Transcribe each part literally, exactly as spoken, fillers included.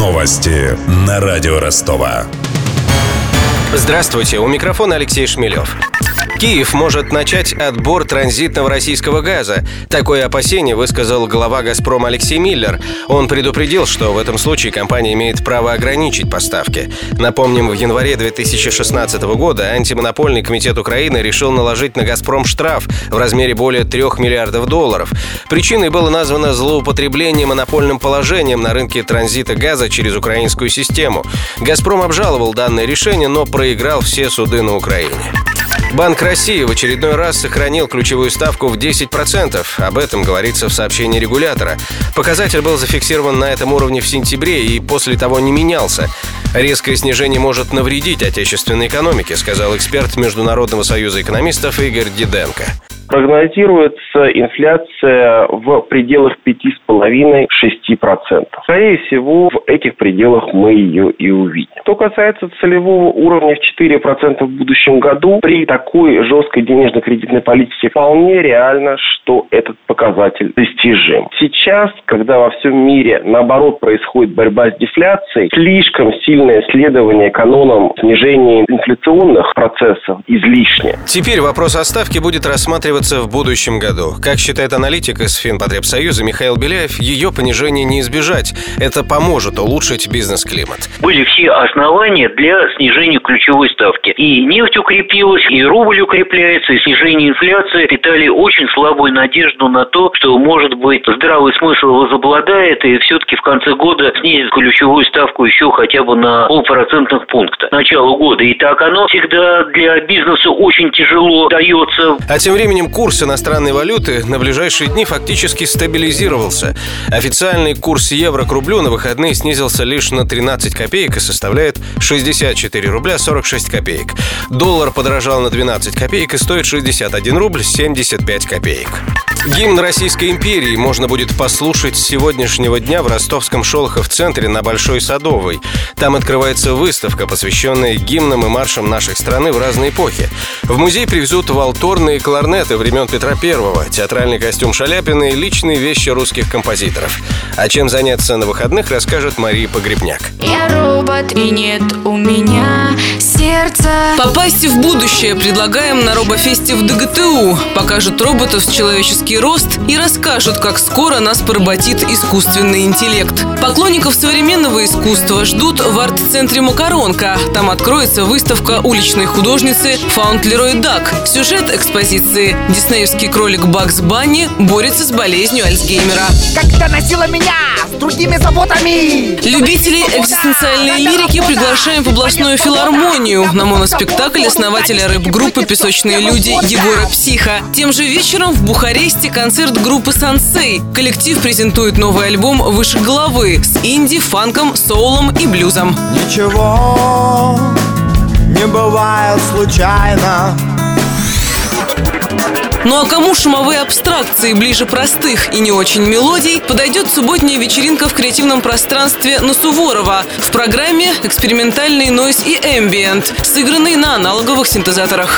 Новости на радио Ростова. Здравствуйте, у микрофона Алексей Шмелев. Киев может начать отбор транзитного российского газа. Такое опасение высказал глава «Газпрома» Алексей Миллер. Он предупредил, что в этом случае компания имеет право ограничить поставки. Напомним, в январе две тысячи шестнадцатого года антимонопольный комитет Украины решил наложить на «Газпром» штраф в размере более трех миллиардов долларов. Причиной было названо злоупотребление монопольным положением на рынке транзита газа через украинскую систему. «Газпром» обжаловал данное решение, но проиграл все суды на Украине. Банк России в очередной раз сохранил ключевую ставку в десять процентов. Об этом говорится в сообщении регулятора. Показатель был зафиксирован на этом уровне в сентябре и после того не менялся. Резкое снижение может навредить отечественной экономике, сказал эксперт Международного союза экономистов Игорь Диденко. Прогнозируется инфляция в пределах пяти с половиной - шести процентов. Скорее всего, в этих пределах мы ее и увидим. Что касается целевого уровня в четыре процента в будущем году, при такой жесткой денежно-кредитной политике вполне реально, что этот показатель достижим. Сейчас, когда во всем мире, наоборот, происходит борьба с дефляцией, слишком сильное следование канонам снижения инфляционных процессов излишне. Теперь вопрос о ставке будет рассматриваться в будущем году. Как считает аналитик из Финпотребсоюза Михаил Беляев, ее понижение не избежать. Это поможет улучшить бизнес-климат. Были все основания для снижения ключевой ставки. И нефть укрепилась, и рубль укрепляется, и снижение инфляции питали очень слабую надежду на то, что, может быть, здравый смысл возобладает, и все-таки в конце года снизит ключевую ставку еще хотя бы на полпроцентных пункта. Начало года. И так оно всегда для бизнеса очень тяжело дается. А тем временем курс иностранной валюты на ближайшие дни фактически стабилизировался. Официальный курс евро к рублю на выходные снизился лишь на тринадцать копеек и составляет шестьдесят четыре рубля сорок шесть копеек. Доллар подорожал на двенадцать копеек и стоит шестьдесят один рубль семьдесят пять копеек. Гимн Российской империи можно будет послушать с сегодняшнего дня в ростовском Шолохов-центре на Большой Садовой. Там открывается выставка, посвященная гимнам и маршам нашей страны в разные эпохи. В музей привезут валторны и кларнеты времен Петра Первого, театральный костюм Шаляпина и личные вещи русских композиторов. А чем заняться на выходных, расскажет Мария Погребняк. Я робот, и нет у меня сердца. Попасть в будущее предлагаем на робофесте в ДГТУ. Покажут роботов с человеческий рост и расскажут, как скоро нас поработит искусственный интеллект. Поклонников современного искусства ждут в арт-центре «Макаронка». Там откроется выставка уличной художницы Фаунтлерой Дак. Сюжет экспозиции: диснеевский кролик Бакс Банни борется с болезнью Альцгеймера. Как ты носила меня с другими заботами! Любителей экзистенциальной лирики приглашаем в областную филармонию на моноспектакль основателя рэп-группы «Песочные люди» Егора Психа. Тем же вечером в Бухаресте концерт группы «Сансей». Коллектив презентует новый альбом «Выше головы» с инди, фанком, соулом и блюзом. Ничего не бывает случайно. Ну а кому шумовые абстракции ближе простых и не очень мелодий, подойдет субботняя вечеринка в креативном пространстве на Суворова. В программе экспериментальный нойз и эмбиент, сыгранный на аналоговых синтезаторах.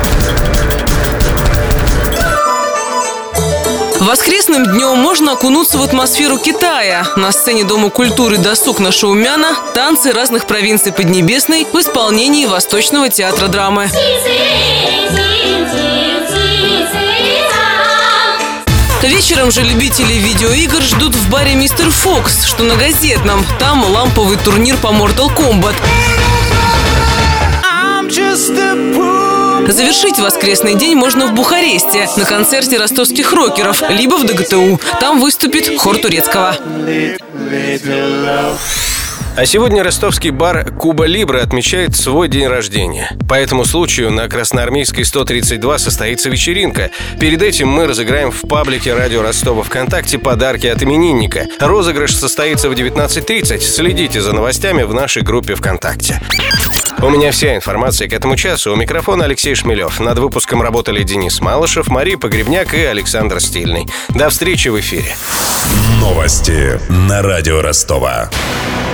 Воскресным днем можно окунуться в атмосферу Китая. На сцене Дома культуры «Досуг» на Шаумяна танцы разных провинций Поднебесной в исполнении Восточного театра драмы. Вечером же любители видеоигр ждут в баре «Мистер Фокс», что на Газетном. Там ламповый турнир по Mortal Kombat. Завершить воскресный день можно в Бухаресте на концерте ростовских рокеров, либо в ДГТУ. Там выступит хор турецкого. А сегодня ростовский бар «Куба Либра» отмечает свой день рождения. По этому случаю на Красноармейской сто тридцать два состоится вечеринка. Перед этим мы разыграем в паблике радио Ростова ВКонтакте подарки от именинника. Розыгрыш состоится в девятнадцать тридцать. Следите за новостями в нашей группе ВКонтакте. У меня вся информация к этому часу. У микрофона Алексей Шмелев. Над выпуском работали Денис Малышев, Мария Погребняк и Александр Стильный. До встречи в эфире. Новости на радио Ростова.